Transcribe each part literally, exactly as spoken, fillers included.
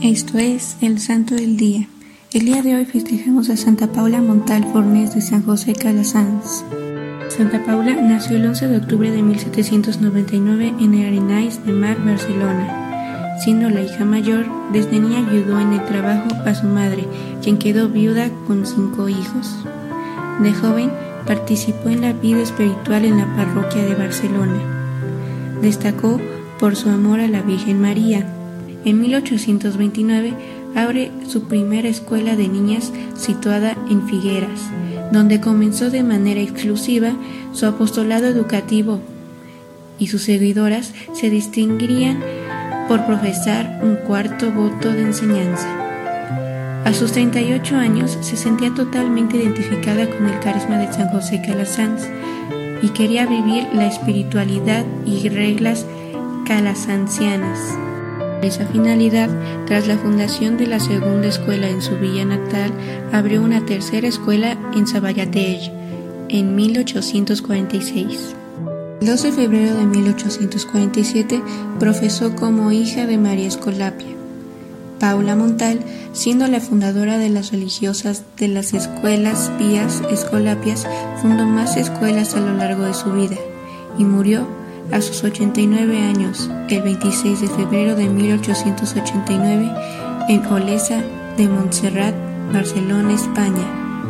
Esto es el Santo del Día. El día de hoy festejamos a Santa Paula Montal Fornés de San José Calasanz. Santa Paula nació el once de octubre de mil setecientos noventa y nueve en Arenys de Mar, Barcelona. Siendo la hija mayor, desde niña ayudó en el trabajo a su madre, quien quedó viuda con cinco hijos. De joven, participó en la vida espiritual en la parroquia de Barcelona. Destacó por su amor a la Virgen María. En mil ochocientos veintinueve abre su primera escuela de niñas situada en Figueras, donde comenzó de manera exclusiva su apostolado educativo, y sus seguidoras se distinguirían por profesar un cuarto voto de enseñanza. A sus treinta y ocho años se sentía totalmente identificada con el carisma de San José Calasanz y quería vivir la espiritualidad y reglas calasanzianas. Por esa finalidad, tras la fundación de la segunda escuela en su villa natal, abrió una tercera escuela en Saballatell en mil ochocientos cuarenta y seis. El dos de febrero de mil ochocientos cuarenta y siete profesó como hija de María Escolapia. Paula Montal, siendo la fundadora de las religiosas de las escuelas pías escolapias, fundó más escuelas a lo largo de su vida y murió a sus ochenta y nueve años, el veintiséis de febrero de mil ochocientos ochenta y nueve, en Olesa de Montserrat, Barcelona, España.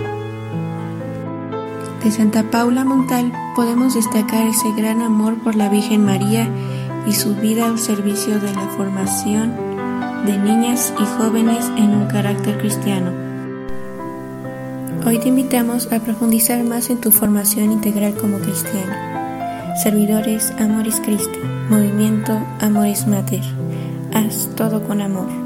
De Santa Paula Montal podemos destacar ese gran amor por la Virgen María y su vida al servicio de la formación de niñas y jóvenes en un carácter cristiano. Hoy te invitamos a profundizar más en tu formación integral como cristiano. Servidores Amoris Christi, Movimiento Amoris Mater. Haz todo con amor.